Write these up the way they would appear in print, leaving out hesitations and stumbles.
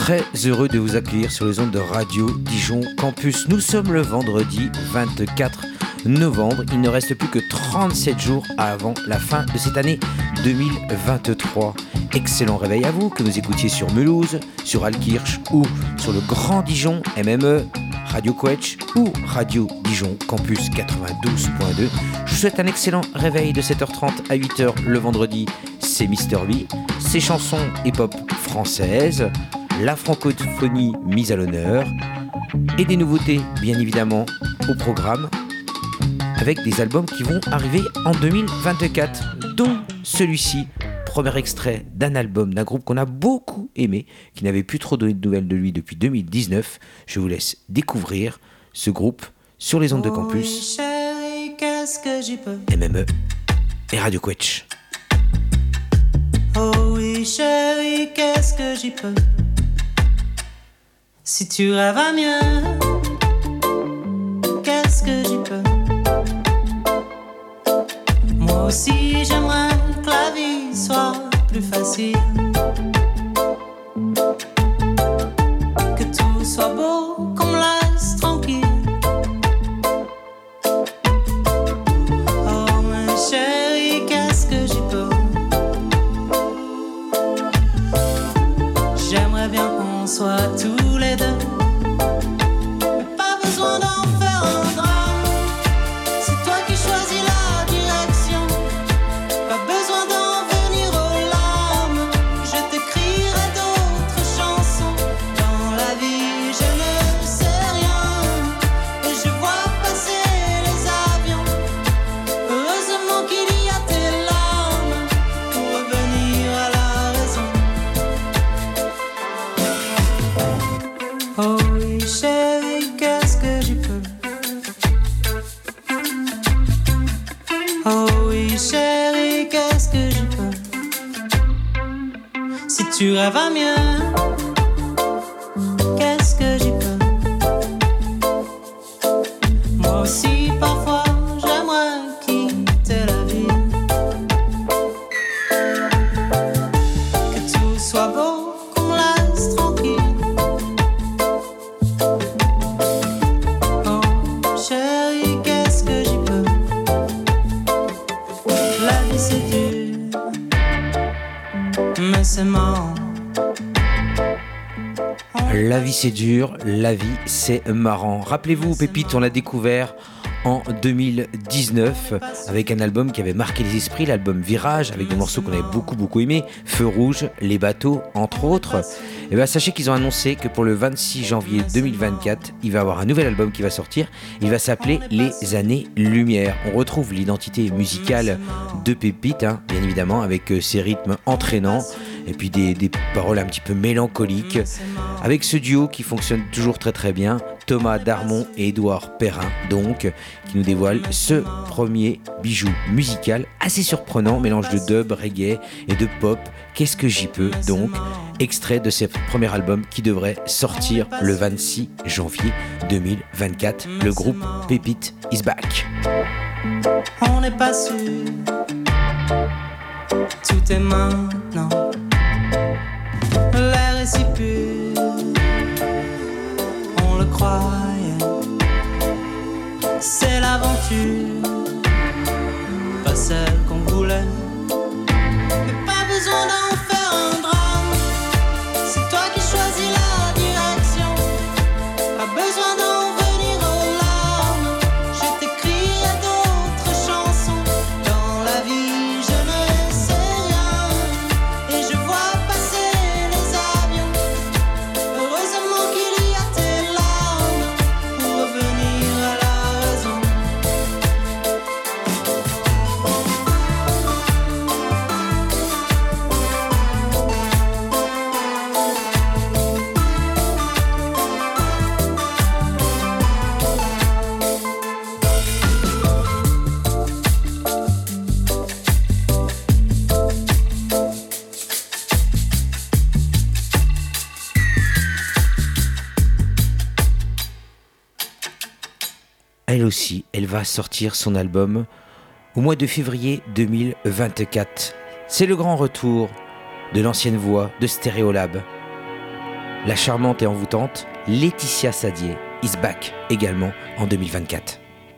Très heureux de vous accueillir sur les ondes de Radio Dijon Campus. Nous sommes le vendredi 24 novembre. Il ne reste plus que 37 jours avant la fin de cette année 2023. Excellent réveil à vous, que vous écoutiez sur Mulhouse, sur Altkirch ou sur le Grand Dijon MME, Radio Quetch ou Radio Dijon Campus 92.2. Je vous souhaite un excellent réveil de 7h30 à 8h le vendredi. C'est Mister B, ses chansons hip-hop françaises, la francophonie mise à l'honneur et des nouveautés bien évidemment au programme avec des albums qui vont arriver en 2024, dont celui-ci, premier extrait d'un album d'un groupe qu'on a beaucoup aimé, qui n'avait plus trop donné de nouvelles de lui depuis 2019. Je vous laisse découvrir ce groupe sur les ondes de campus, chérie, qu'est-ce que j'y peux? MME et Radio Quetch. Oh oui chérie, qu'est-ce que j'y peux? Si tu rêves à mieux, qu'est-ce que j'y peux? Moi aussi j'aimerais que la vie soit plus facile, que tout soit beau, qu'on me laisse tranquille. Oh ma chérie, qu'est-ce que j'y peux? J'aimerais bien qu'on soit tous les deux, mais pas besoin d'en faire un drame. C'est toi qui choisis la direction, pas besoin d'en venir aux larmes. Je t'écrirai d'autres chansons. Dans la vie je ne sais rien, et je vois passer les avions. Heureusement qu'il y a tes larmes pour revenir à la raison. Oh oui chérie, qu'est-ce que j'y peux? Oh oui chérie, qu'est-ce que j'y peux? Si tu rêves à mieux, qu'est-ce que j'y peux? Moi aussi parfois j'aimerais quitter la ville, que tout soit beau, qu'on me laisse tranquille. Oh chérie, qu'est-ce que j'y peux? La vie c'est dur, mais c'est marrant. La vie c'est dur, la vie c'est marrant. Rappelez-vous, Pépite, on l'a découvert en 2019 avec un album qui avait marqué les esprits, l'album Virage, avec des morceaux qu'on avait beaucoup aimés, Feu Rouge, Les Bateaux, entre autres. Et bien sachez qu'ils ont annoncé que pour le 26 janvier 2024, il va y avoir un nouvel album qui va sortir. Il va s'appeler Les Années Lumière. On retrouve l'identité musicale de Pépite, bien évidemment, avec ses rythmes entraînants et puis des paroles un petit peu mélancoliques, avec ce duo qui fonctionne toujours très bien, Thomas Darmon et Édouard Perrin, donc, qui nous dévoile ce premier bijou musical assez surprenant, mélange de dub, reggae et de pop. Qu'est-ce que j'y peux, donc, extrait de ce premier album qui devrait sortir le 26 janvier 2024. Le groupe Pépite is back. On n'est pas sûr, tout est maintenant. L'air est si pur, on le croyait. C'est l'aventure, pas celle qu'on voulait. Mais pas besoin d'en faire un drame. C'est toi qui choisis la direction, pas besoin d'en venir aux larmes. Je t'écrirai d'autres chansons. Dans la vie je ne sais rien, et je vois passer les avions. Heureusement qu'il y a tes larmes pour revenir à la raison. Elle aussi, elle va sortir son album au mois de février 2024. C'est le grand retour de l'ancienne voix de Stéréolab. la charmante et envoûtante Laetitia Sadier is back également en 2024.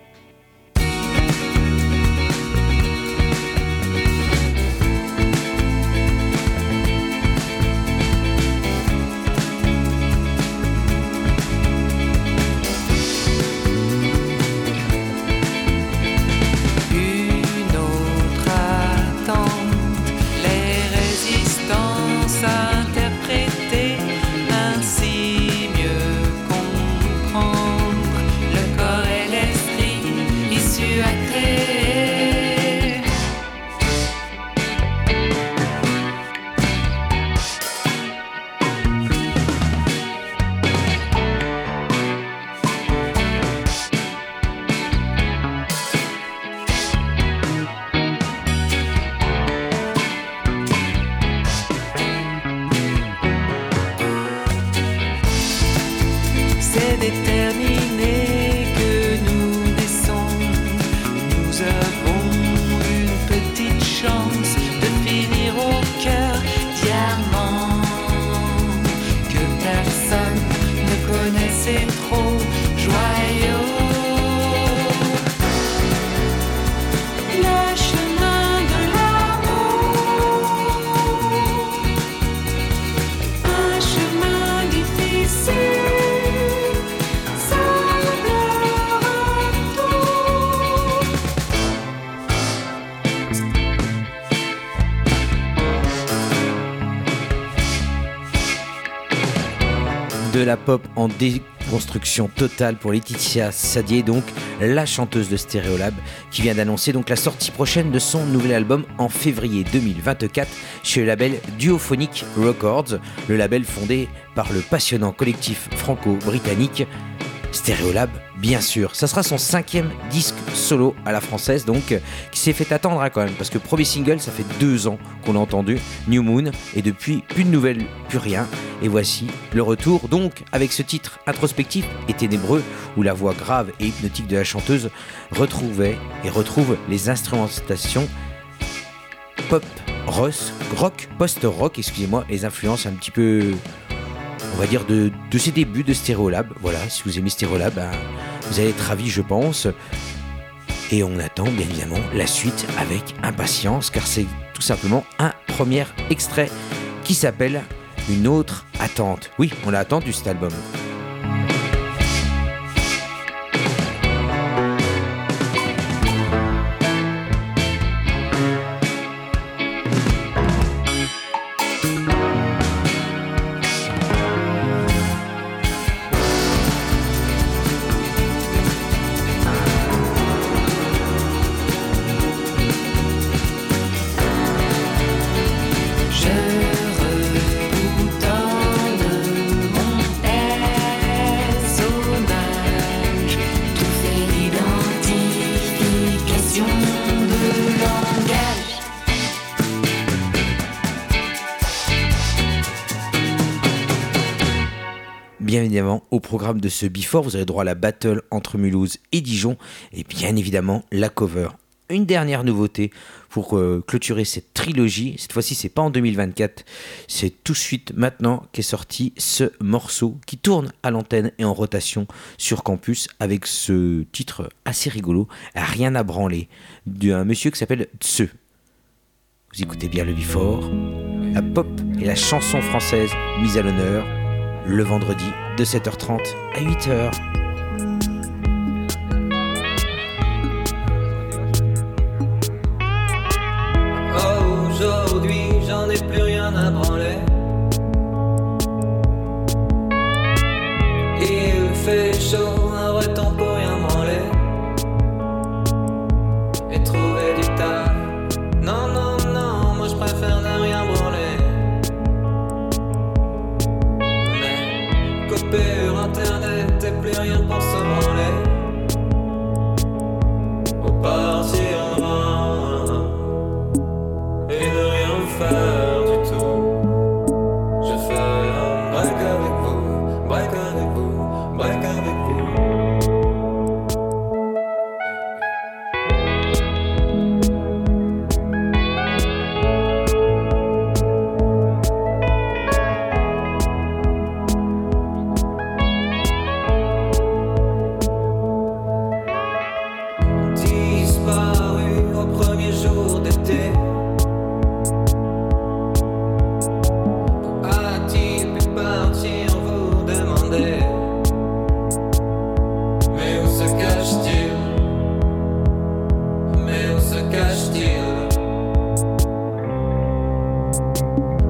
De la pop en déconstruction totale pour Laetitia Sadier, donc la chanteuse de Stereolab, qui vient d'annoncer donc la sortie prochaine de son nouvel album en février 2024 chez le label Duophonic Records, le label fondé par le passionnant collectif franco-britannique Stereolab, bien sûr. Ça sera son 5e disque solo à la française, donc qui s'est fait attendre quand même, parce que premier single, ça fait 2 ans qu'on l'a entendu, New Moon, et depuis, plus de nouvelles, plus rien. Et voici le retour, donc, avec ce titre introspectif et ténébreux, où la voix grave et hypnotique de la chanteuse retrouve les instrumentations pop, rock, post-rock, les influences un petit peu... on va dire de ses débuts de Stereolab. Voilà, si vous aimez Stereolab, vous allez être ravis, je pense. Et on attend bien évidemment la suite avec impatience, car c'est tout simplement un premier extrait qui s'appelle Une autre attente. Oui, on l'a attendu cet album. Bien évidemment, au programme de ce Before, vous aurez droit à la battle entre Mulhouse et Dijon, et bien évidemment la cover. Une dernière nouveauté pour clôturer cette trilogie. Cette fois-ci, c'est pas en 2024, c'est tout de suite maintenant qu'est sorti ce morceau qui tourne à l'antenne et en rotation sur campus avec ce titre assez rigolo, Rien à branler, d'un monsieur qui s'appelle Tse. Vous écoutez bien le Before, la pop et la chanson française mise à l'honneur le vendredi de 7h30 à 8h. Aujourd'hui, j'en ai plus rien à branler. Il fait chaud, un vrai temps pour rien branler. Et trouver du taf. Non, non, non, moi je préfère ne rien branler. Mais coupure internet et plus rien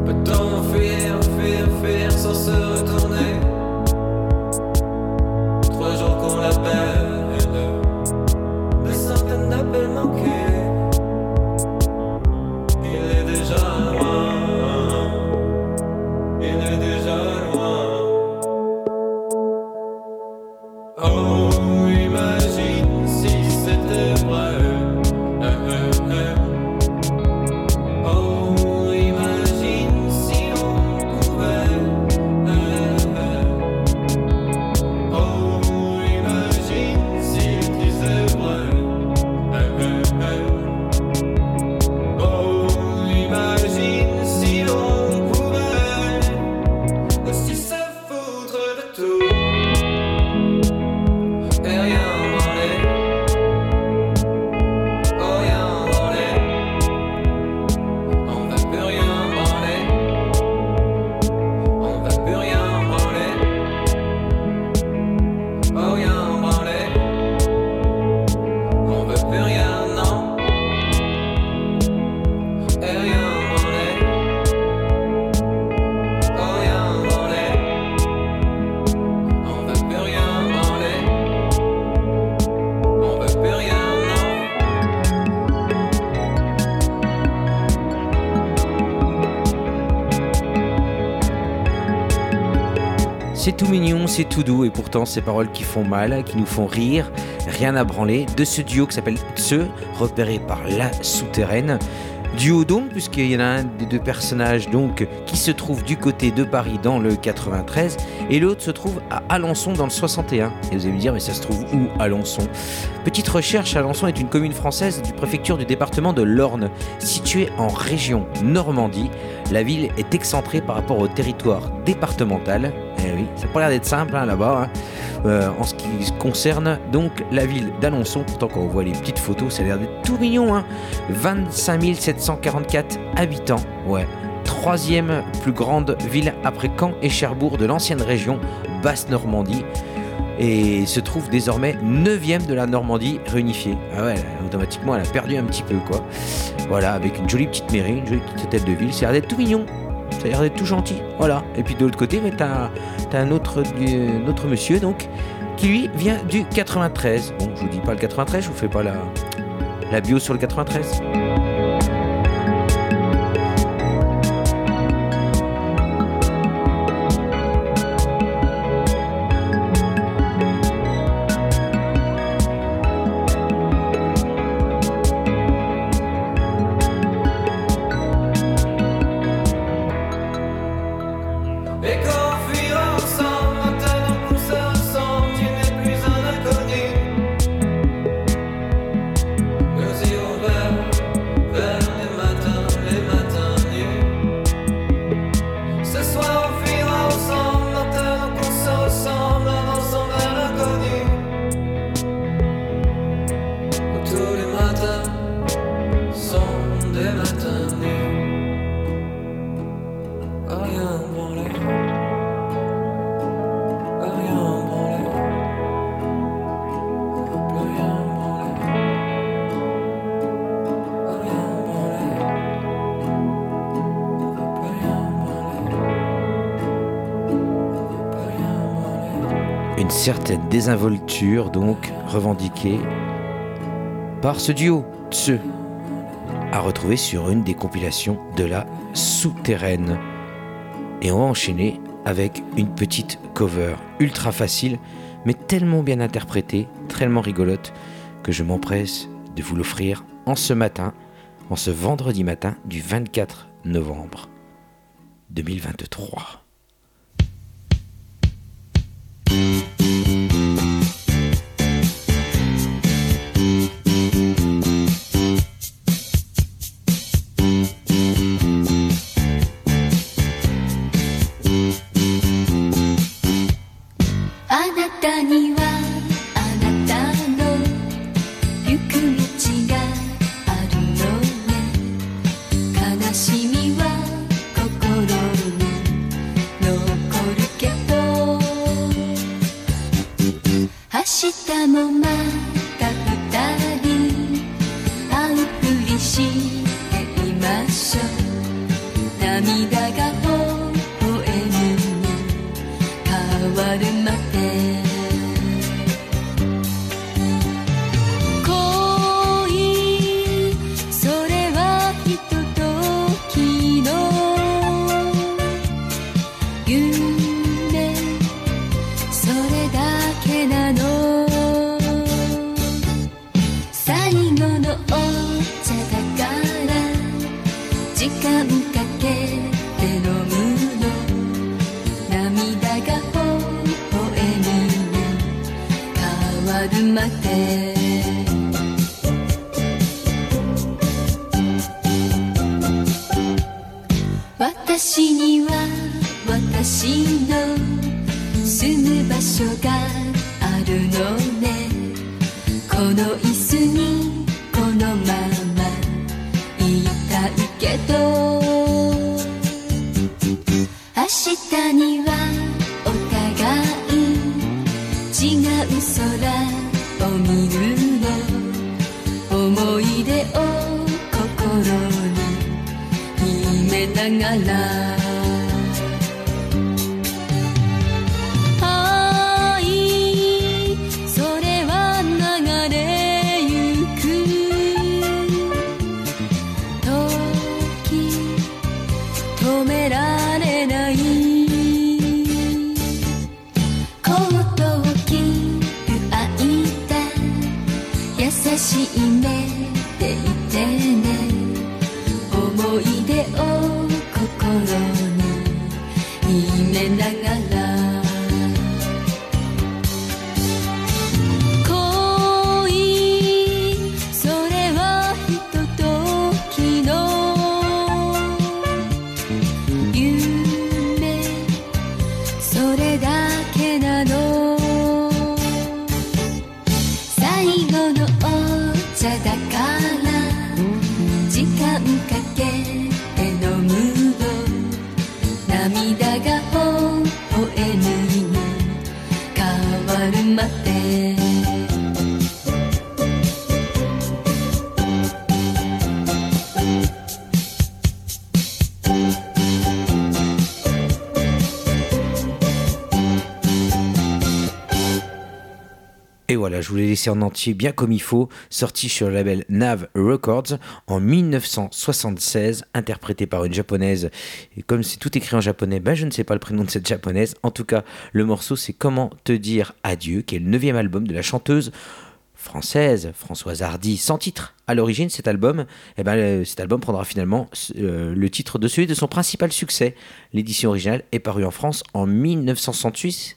Peut-on fuir, fuir, fuir sans se retourner? 3 jours qu'on l'appelle, des centaines d'appels manqués. Il est déjà loin, il est déjà loin. Oh, imagine si c'était vrai. Oh, imagine si on pouvait. Oh, imagine s'il disait vrai. Oh, imagine si on pouvait aussi se foutre de tout et rien branler. Oh, rien branler. On va plus rien branler. On va plus rien branler. Oh, rien branler. On veut plus rien, non. Et rien branler. Oh, rien branler. On veut plus rien branler. On veut plus rien, non. C'est tout mignon, c'est tout doux, et pourtant ces paroles qui font mal, qui nous font rire, rien à branler, de ce duo qui s'appelle Tse, repéré par La Souterraine. Duo donc, puisqu'il y en a un des deux personnages donc qui se trouve du côté de Paris dans le 93, et l'autre se trouve à Alençon dans le 61. Et vous allez me dire, mais ça se trouve où Alençon? Petite recherche, Alençon est une commune française du préfecture du département de l'Orne, située en région Normandie. La ville est excentrée par rapport au territoire départemental. Eh oui, ça n'a pas l'air d'être simple là-bas. En ce qui concerne donc la ville d'Alençon, pourtant quand on voit les petites photos, ça a l'air d'être tout mignon. 25 744 habitants, ouais. 3e plus grande ville après Caen et Cherbourg de l'ancienne région Basse-Normandie. Et se trouve désormais 9e de la Normandie réunifiée. Ah ouais, automatiquement elle a perdu un petit peu quoi. Voilà, avec une jolie petite mairie, une jolie petite tête de ville, ça a l'air d'être tout mignon. Ça a l'air d'être tout gentil, voilà. Et puis de l'autre côté, t'as un autre monsieur donc qui lui vient du 93. Bon, je vous dis pas le 93, je vous fais pas la bio sur le 93. Et qu'on fuira ensemble, maintenant qu'on se ressemble, tu n'es plus un inconnu. Nous irons vers les matins nus. Ce soir on fuira ensemble, maintenant qu'on se ressemble, avançons vers l'inconnu. Où tous les matins sont des matins nus. Rien branler. Rien branler. Plus rien branler. Rien branler. Plus rien branler. Plus rien branler. Une certaine désinvolture donc revendiquée par ce duo Tse, à retrouver sur une des compilations de La Souterraine. Et on va enchaîner avec une petite cover ultra facile, mais tellement bien interprétée, tellement rigolote, que je m'empresse de vous l'offrir en ce matin, en ce vendredi matin du 24 novembre 2023. 涙がけて飲むの涙が微笑みに変わるまで私には私の住む場所があるのねこの椅子にこのままいたいけど明日にはお互い違う空を見るの思い出を心に秘めながら優しい目でいてね思い出を心に秘めながら恋それはひとときの夢それだけなの最後のだから時間かけて飲むの涙が微笑みに変わるまで Et voilà, je vous l'ai laissé en entier bien comme il faut, sorti sur le label Nav Records en 1976, interprété par une japonaise. Et comme c'est tout écrit en japonais, ben je ne sais pas le prénom de cette japonaise. En tout cas, le morceau c'est Comment te dire adieu, qui est le 9e album de la chanteuse française Françoise Hardy, sans titre. À l'origine, cet album prendra finalement le titre de celui de son principal succès. L'édition originale est parue en France en 1968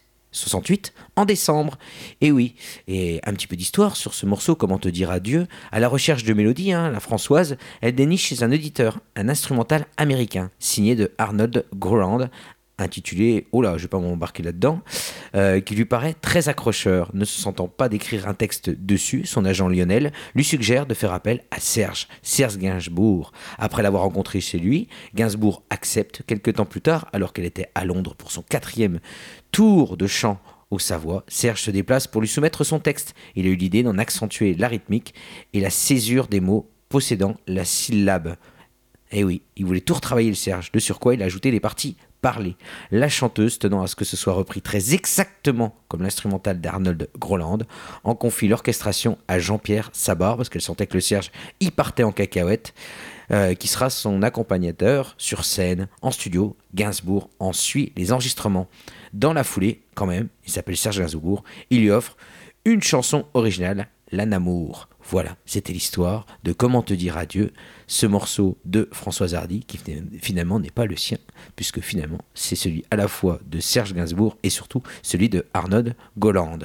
en décembre. Et oui, et un petit peu d'histoire sur ce morceau, Comment te dire adieu. À la recherche de mélodies, la Françoise, elle déniche chez un auditeur un instrumental américain signé de Arnold Groland, intitulé, oh là, je vais pas m'embarquer là-dedans, qui lui paraît très accrocheur. Ne se sentant pas d'écrire un texte dessus, son agent Lionel lui suggère de faire appel à Serge Gainsbourg. Après l'avoir rencontré chez lui, Gainsbourg accepte quelques temps plus tard, alors qu'elle était à Londres pour son 4e tour de chant au Savoie. Serge se déplace pour lui soumettre son texte. Il a eu l'idée d'en accentuer la rythmique et la césure des mots possédant la syllabe. Eh oui, il voulait tout retravailler le Serge, de surcroît il a ajouté les parties parlées. La chanteuse, tenant à ce que ce soit repris très exactement comme l'instrumental d'Arnold Groland, en confie l'orchestration à Jean-Pierre Sabar, parce qu'elle sentait que le Serge y partait en cacahuète, qui sera son accompagnateur sur scène, en studio. Gainsbourg en suit les enregistrements. Dans la foulée, quand même, il s'appelle Serge Gainsbourg, il lui offre une chanson originale, L'Anamour. Voilà, c'était l'histoire de Comment te dire adieu, ce morceau de Françoise Hardy, qui finalement n'est pas le sien, puisque finalement c'est celui à la fois de Serge Gainsbourg et surtout celui de Arnold Groland.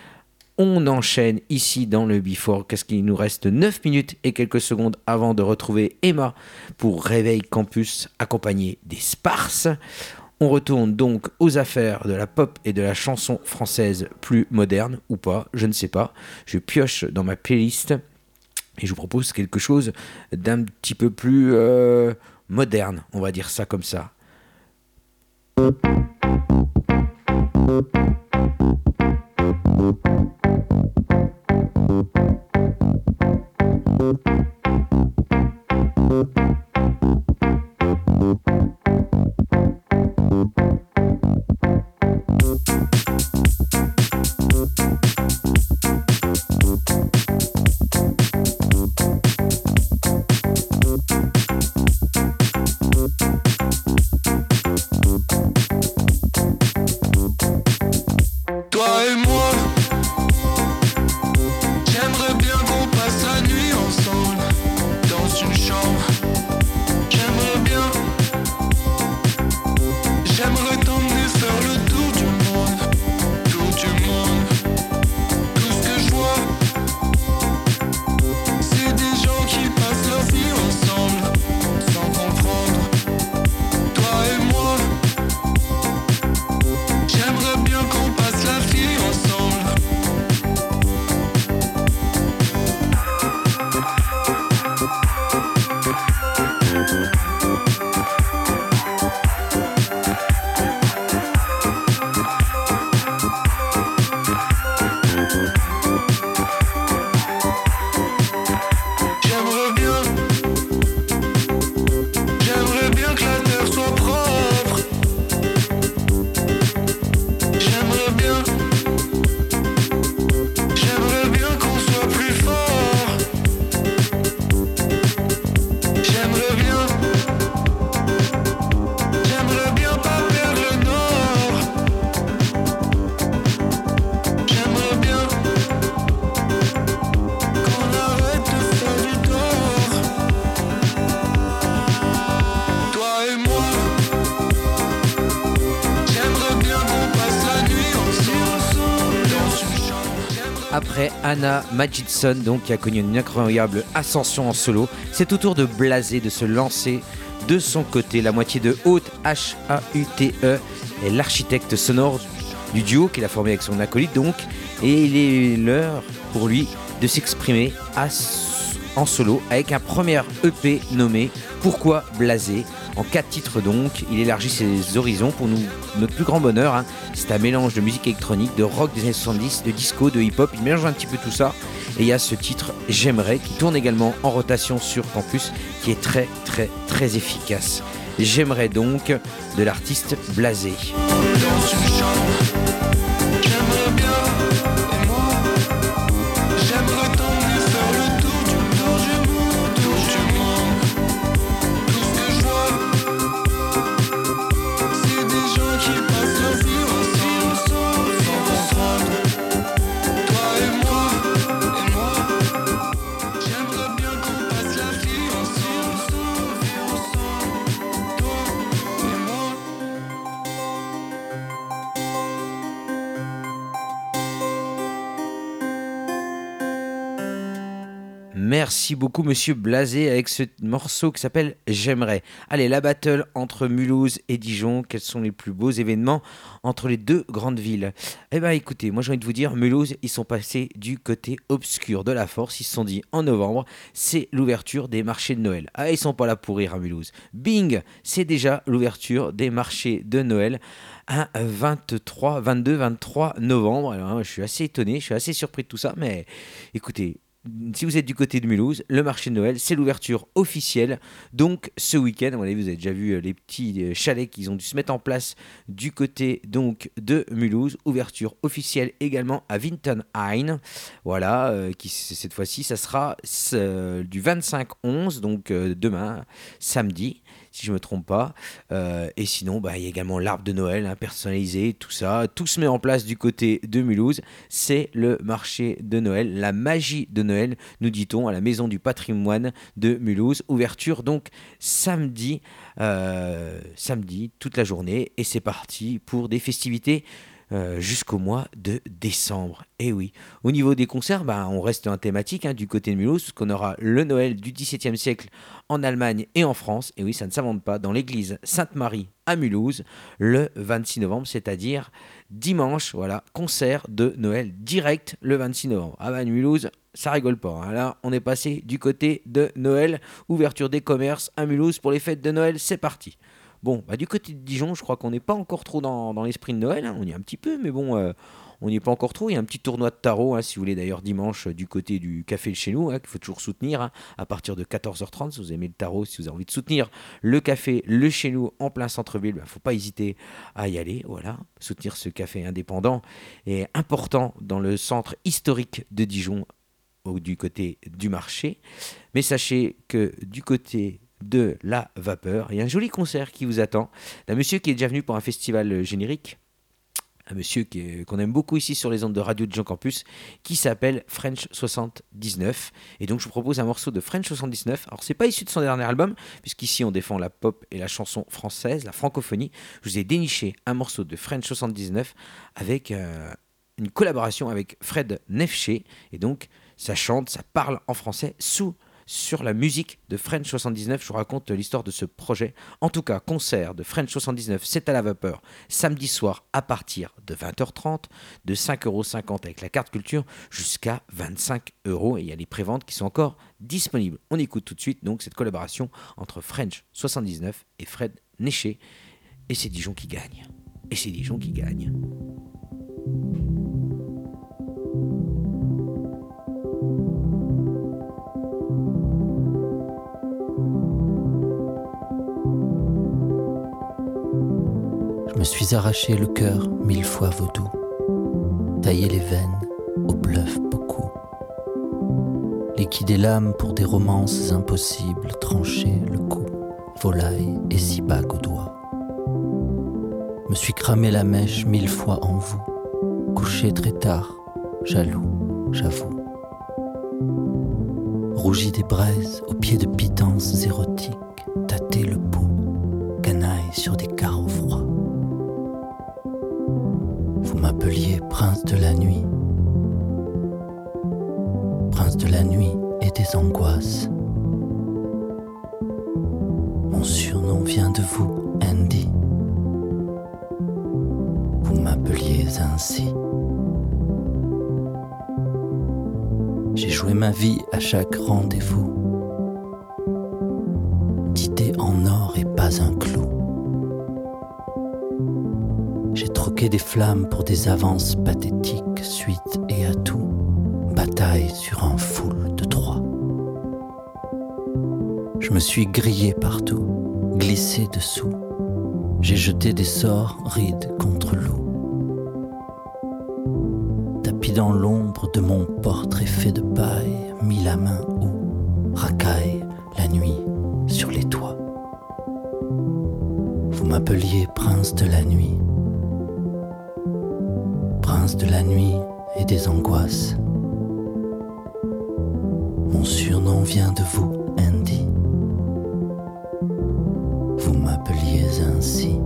On enchaîne ici dans le Before, qu'est-ce qu'il nous reste 9 minutes et quelques secondes avant de retrouver Emma pour Réveil Campus, accompagnée des Sparks. On retourne donc aux affaires de la pop et de la chanson française plus moderne, ou pas, je ne sais pas. Je pioche dans ma playlist et je vous propose quelque chose d'un petit peu plus moderne, on va dire ça comme ça. J'aimerais bien Après Anna Magidson, donc, qui a connu une incroyable ascension en solo, c'est au tour de Blasé de se lancer de son côté. La moitié de Haute, H-A-U-T-E, est l'architecte sonore du duo qu'il a formé avec son acolyte, donc, et il est l'heure pour lui de s'exprimer en solo avec un premier EP nommé Pourquoi Blasé. En 4 titres donc, il élargit ses horizons pour nous, notre plus grand bonheur. Hein. C'est un mélange de musique électronique, de rock des années 70, de disco, de hip-hop. Il mélange un petit peu tout ça. Et il y a ce titre J'aimerais qui tourne également en rotation sur Campus, qui est très très très efficace. J'aimerais donc de l'artiste Blasé. Dans une chambre, j'aimerais bien, et moi, j'aimerais t'emmener faire le tour du monde. Tout ce que je vois, c'est des gens qui passent leur vie ensemble, sans contrainte. Toi et moi, j'aimerais bien qu'on passe la vie ensemble, toi et moi. Merci beaucoup Monsieur Blasé avec ce morceau qui s'appelle J'aimerais. Allez, la battle entre Mulhouse et Dijon, quels sont les plus beaux événements entre les deux grandes villes? Eh bien écoutez, moi j'ai envie de vous dire, Mulhouse, ils sont passés du côté obscur de la force, ils se sont dit en novembre, c'est l'ouverture des marchés de Noël. Ah, ils sont pas là pour rire à Mulhouse. Bing, c'est déjà l'ouverture des marchés de Noël. Un 22, 23 novembre. Alors, je suis assez étonné, je suis assez surpris de tout ça, mais écoutez, si vous êtes du côté de Mulhouse, le marché de Noël, c'est l'ouverture officielle. Donc ce week-end, vous avez déjà vu les petits chalets qu'ils ont dû se mettre en place du côté donc de Mulhouse. Ouverture officielle également à Wintenhain. Voilà, qui cette fois-ci, ça sera du 25-11, donc demain, samedi, si je ne me trompe pas. Et sinon, il y a également l'arbre de Noël personnalisé, tout ça. Tout se met en place du côté de Mulhouse. C'est le marché de Noël, la magie de Noël, nous dit-on, à la Maison du Patrimoine de Mulhouse. Ouverture donc samedi, toute la journée. Et c'est parti pour des festivités jusqu'au mois de décembre. Et oui, au niveau des concerts, on reste en thématique du côté de Mulhouse, parce qu'on aura le Noël du XVIIe siècle en Allemagne et en France. Et oui, ça ne s'invente pas, dans l'église Sainte-Marie à Mulhouse, le 26 novembre, c'est-à-dire dimanche. Voilà, concert de Noël direct le 26 novembre. Ah Mulhouse, ça rigole pas. Là, on est passé du côté de Noël, ouverture des commerces à Mulhouse pour les fêtes de Noël, c'est parti. Bon, du côté de Dijon, je crois qu'on n'est pas encore trop dans l'esprit de Noël. On y est un petit peu, mais bon, on n'y est pas encore trop. Il y a un petit tournoi de tarot, si vous voulez, d'ailleurs, dimanche, du côté du café de chez nous, qu'il faut toujours soutenir, à partir de 14h30. Si vous aimez le tarot, si vous avez envie de soutenir le café, le chez nous, en plein centre-ville, il ne faut pas hésiter à y aller. Voilà, soutenir ce café indépendant est important dans le centre historique de Dijon, du côté du marché. Mais sachez que du côté de la vapeur, il y a un joli concert qui vous attend d'un monsieur qui est déjà venu pour un festival générique, un monsieur qu'on aime beaucoup ici sur les ondes de Radio Dijon Campus, qui s'appelle French 79. Et donc je vous propose un morceau de French 79. Alors c'est pas issu de son dernier album, puisqu'ici on défend la pop et la chanson française, la francophonie. Je vous ai déniché un morceau de French 79 avec une collaboration avec Fred Nefché. Et donc ça chante, ça parle en français sur la musique de French 79. Je vous raconte l'histoire de ce projet. En tout cas, concert de French 79, c'est à la vapeur, samedi soir à partir de 20h30, de 5,50€ avec la carte culture jusqu'à 25€. Et il y a les préventes qui sont encore disponibles. On écoute tout de suite donc cette collaboration entre French 79 et Fred Nefché. Et c'est Dijon qui gagne. Et c'est Dijon qui gagne. Je me suis arraché le cœur 1000 fois vaudou, taillé les veines au bluff beaucoup, liquidé l'âme pour des romances impossibles, tranché le cou, volaille et si bague au doigt. Me suis cramé la mèche 1000 fois en vous, couché très tard, jaloux, j'avoue. Rougi des braises au pied de pitances érotiques, tâté le pouls, canaille sur des carreaux froids. Vous m'appeliez prince de la nuit, la nuit et des angoisses. Mon surnom vient de vous, Andy. Vous m'appeliez ainsi. J'ai joué ma vie à chaque rendez-vous, d'idées en or et pas un clou. J'ai troqué des flammes pour des avances pathétiques, suite et atout, bataille sur un foule de Troie. Je me suis grillé partout, glissé dessous. J'ai jeté des sorts rides contre loup. Tapis dans l'ombre de mon portrait fait de paille, mis la main où racaille la nuit sur les toits. Vous m'appeliez prince de la nuit. Prince de la nuit et des angoisses. Mon surnom vient de vous, Andy. Vous m'appeliez ainsi.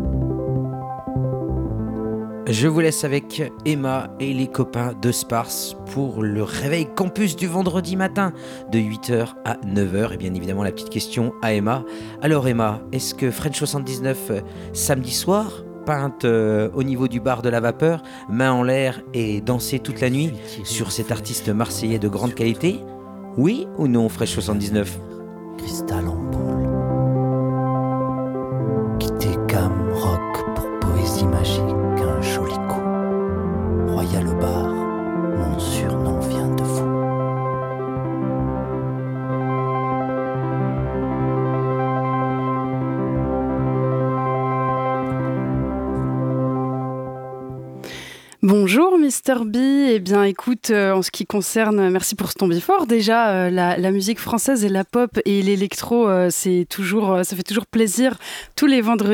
Je vous laisse avec Emma et les copains de Sparse pour le réveil campus du vendredi matin de 8h à 9h. Et bien évidemment la petite question à Emma. Alors Emma, est-ce que French 79 samedi soir, peinte au niveau du bar de la Vapeur, main en l'air et danser toute la nuit sur cet artiste marseillais de grande qualité? Oui ou non French 79? Cristal en boule. Quitter Cam Rock pour poésie magique, un joli coup. Royal au bar, mon surnom vient de vous. Bonjour Mr. B, eh bien écoute, en ce qui concerne, merci pour ce ton before, déjà la musique française et la pop et l'électro, ça fait toujours plaisir tous les vendredis